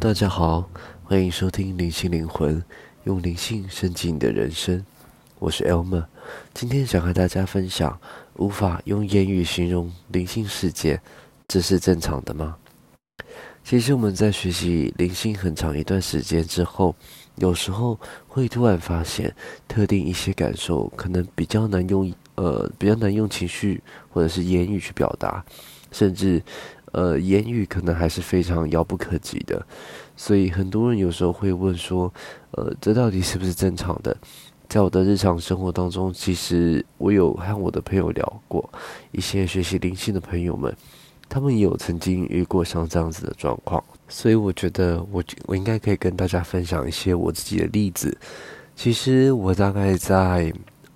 大家好，欢迎收听灵性灵魂，用灵性升级你的人生。我是 Elmer， 今天想和大家分享，无法用言语形容灵性世界，这是正常的吗？其实我们在学习灵性很长一段时间之后，有时候会突然发现，特定一些感受可能比较难用情绪或者是言语去表达，甚至言语可能还是非常遥不可及的。所以很多人有时候会问说，这到底是不是正常的？在我的日常生活当中，其实我有和我的朋友聊过，一些学习灵性的朋友们，他们也有曾经遇过像这样子的状况，所以我觉得我应该可以跟大家分享一些我自己的例子。其实我大概在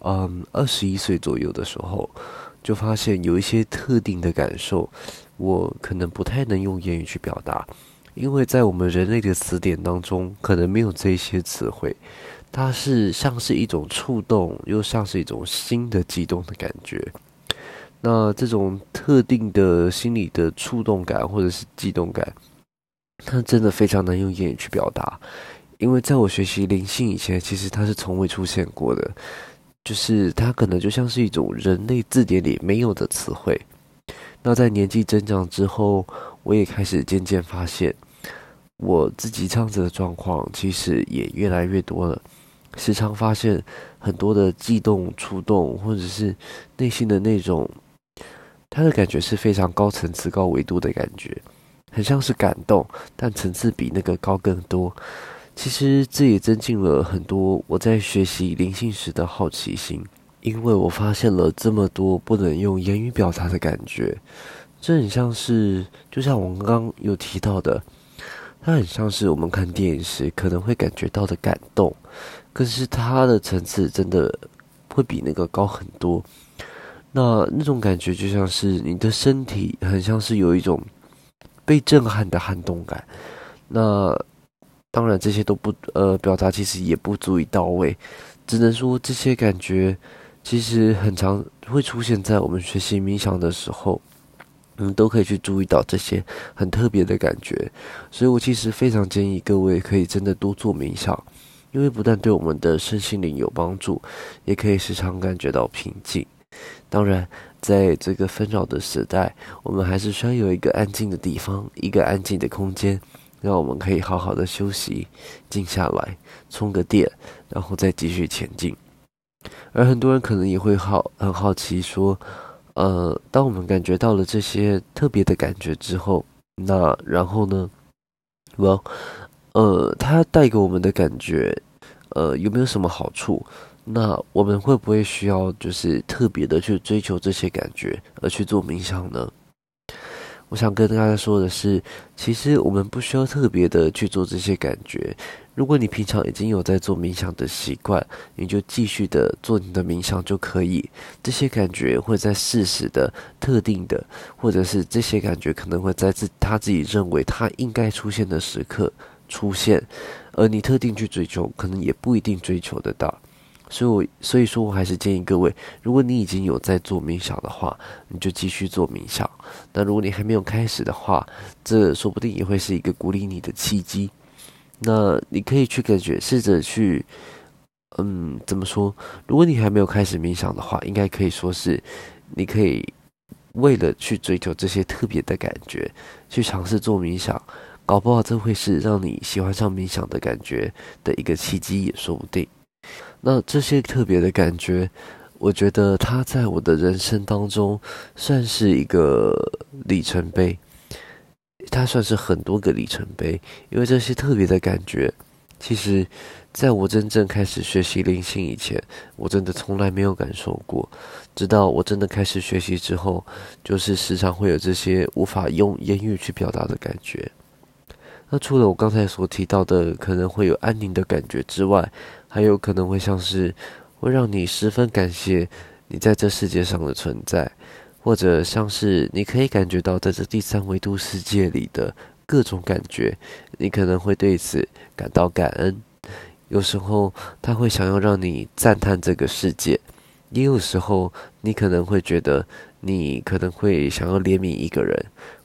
21岁左右的时候，就发现有一些特定的感受，我可能不太能用言语去表达，因为在我们人类的词典当中，可能没有这些词汇。它是像是一种触动，又像是一种新的悸动的感觉。那这种特定的心理的触动感或者是悸动感，它真的非常难用言语去表达。因为在我学习灵性以前，其实它是从未出现过的，就是它可能就像是一种人类字典里没有的词汇。那在年纪增长之后，我也开始渐渐发现，我自己这样子的状况其实也越来越多了。时常发现很多的悸动、触动，或者是内心的那种，它的感觉是非常高层次、高维度的感觉，很像是感动，但层次比那个高更多。其实这也增进了很多我在学习灵性时的好奇心，因为我发现了这么多不能用言语表达的感觉。这很像是，就像我刚刚有提到的，它很像是我们看电影时可能会感觉到的感动，可是它的层次真的会比那个高很多。那种感觉就像是你的身体很像是有一种被震撼的撼动感。那当然这些都不表达，其实也不足以到位，只能说这些感觉其实很常会出现在我们学习冥想的时候。都可以去注意到这些很特别的感觉，所以我其实非常建议各位可以真的多做冥想，因为不但对我们的身心灵有帮助，也可以时常感觉到平静。当然，在这个纷扰的时代，我们还是需要有一个安静的地方，一个安静的空间，让我们可以好好的休息，静下来，充个电，然后再继续前进。而很多人可能也会很好奇说，当我们感觉到了这些特别的感觉之后，那然后呢？Well，它带给我们的感觉，有没有什么好处？那我们会不会需要就是特别的去追求这些感觉，而去做冥想呢？我想跟大家说的是，其实我们不需要特别的去做这些感觉。如果你平常已经有在做冥想的习惯，你就继续的做你的冥想就可以。这些感觉会在适时的、特定的，或者是这些感觉可能会在他自己认为他应该出现的时刻出现，而你特定去追求，可能也不一定追求得到。所以说我还是建议各位，如果你已经有在做冥想的话，你就继续做冥想。那如果你还没有开始的话，这说不定也会是一个鼓励你的契机。那你可以去感觉，试着去，怎么说？如果你还没有开始冥想的话，应该可以说是，你可以为了去追求这些特别的感觉，去尝试做冥想。搞不好这会是让你喜欢上冥想的感觉的一个契机，也说不定。那这些特别的感觉，我觉得它在我的人生当中算是一个里程碑，它算是很多个里程碑。因为这些特别的感觉，其实在我真正开始学习灵性以前，我真的从来没有感受过。直到我真的开始学习之后，就是时常会有这些无法用言语去表达的感觉。那除了我刚才所提到的可能会有安宁的感觉之外，还有可能会像是会让你十分感谢你在这世界上的存在，或者像是你可以感觉到在这第三维度世界里的各种感觉，你可能会对此感到感恩。有时候他会想要让你赞叹这个世界，也有时候你可能会觉得你可能会想要怜悯一个人，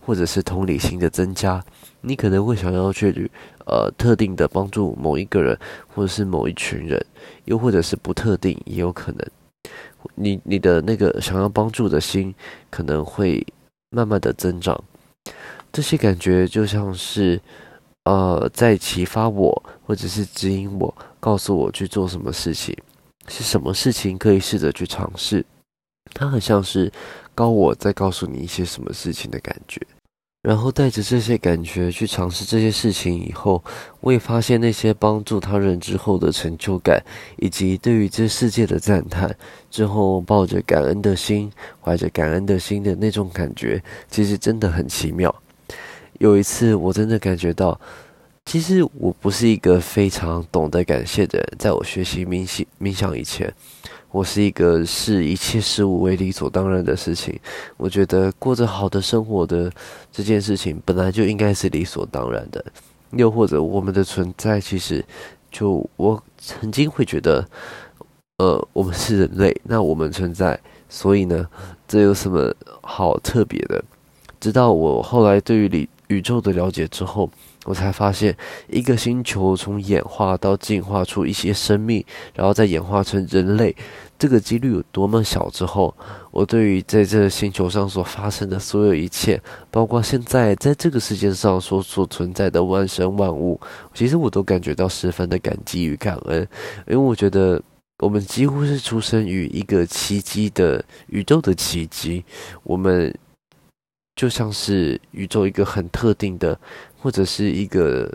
或者是同理心的增加。你可能会想要去特定的帮助某一个人，或者是某一群人，又或者是不特定也有可能。你的那个想要帮助的心可能会慢慢的增长。这些感觉就像是在启发我，或者是指引我，告诉我去做什么事情，是什么事情可以试着去尝试。它很像是高我在告诉你一些什么事情的感觉。然后带着这些感觉去尝试这些事情以后，我也发现那些帮助他人之后的成就感，以及对于这世界的赞叹，之后抱着感恩的心，怀着感恩的心的那种感觉，其实真的很奇妙。有一次我真的感觉到，其实我不是一个非常懂得感谢的人，在我学习冥想以前，我是一个视一切事物为理所当然的事情。我觉得过着好的生活的这件事情本来就应该是理所当然的，又或者我们的存在其实我曾经会觉得，我们是人类，那我们存在，所以呢，这有什么好特别的？直到我后来对于宇宙的了解之后，我才发现，一个星球从演化到进化出一些生命，然后再演化成人类，这个几率有多么小之后，我对于在这个星球上所发生的所有一切，包括现在在这个世界上所存在的万生万物，其实我都感觉到十分的感激与感恩，因为我觉得我们几乎是出生于一个奇迹的宇宙的奇迹，我们就像是宇宙一个很特定的，或者是一个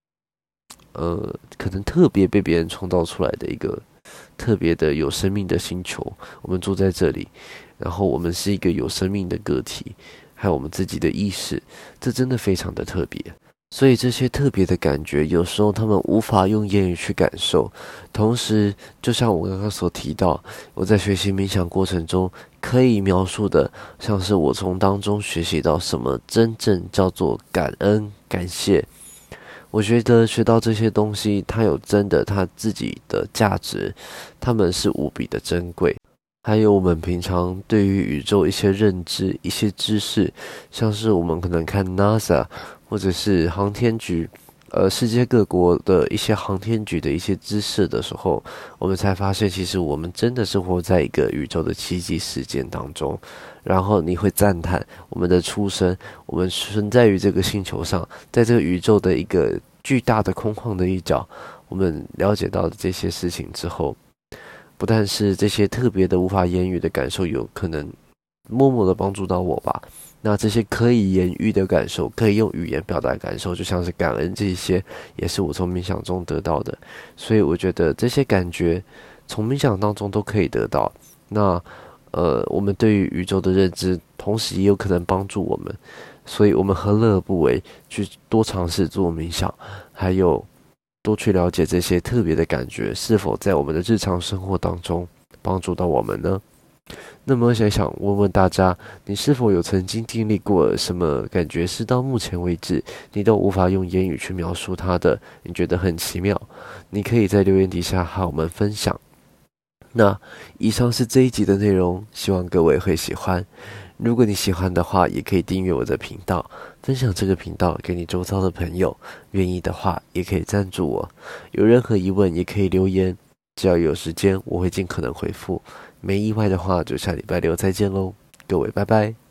可能特别被别人创造出来的一个特别的有生命的星球，我们住在这里，然后我们是一个有生命的个体，还有我们自己的意识，这真的非常的特别。所以这些特别的感觉，有时候他们无法用言语去感受。同时，就像我刚刚所提到，我在学习冥想过程中，可以描述的，像是我从当中学习到什么真正叫做感恩、感谢。我觉得学到这些东西，它有真的它自己的价值，它们是无比的珍贵。还有我们平常对于宇宙一些认知、一些知识，像是我们可能看 NASA 或者是航天局，世界各国的一些航天局的一些知识的时候，我们才发现，其实我们真的是活在一个宇宙的奇迹事件当中。然后你会赞叹我们的出生，我们存在于这个星球上，在这个宇宙的一个巨大的空旷的一角，我们了解到的这些事情之后，不但是这些特别的无法言语的感受有可能默默的帮助到我吧，那这些可以言喻的感受，可以用语言表达的感受，就像是感恩，这些也是我从冥想中得到的。所以我觉得这些感觉从冥想当中都可以得到。那我们对于宇宙的认知，同时也有可能帮助我们，所以我们何乐而不为，去多尝试做冥想，还有多去了解这些特别的感觉，是否在我们的日常生活当中帮助到我们呢？那么想问问大家，你是否有曾经经历过什么感觉是到目前为止你都无法用言语去描述它的，你觉得很奇妙？你可以在留言底下和我们分享。那以上是这一集的内容，希望各位会喜欢。如果你喜欢的话，也可以订阅我的频道，分享这个频道给你周遭的朋友。愿意的话，也可以赞助我。有任何疑问也可以留言，只要有时间，我会尽可能回复。没意外的话，就下礼拜六再见喽，各位拜拜。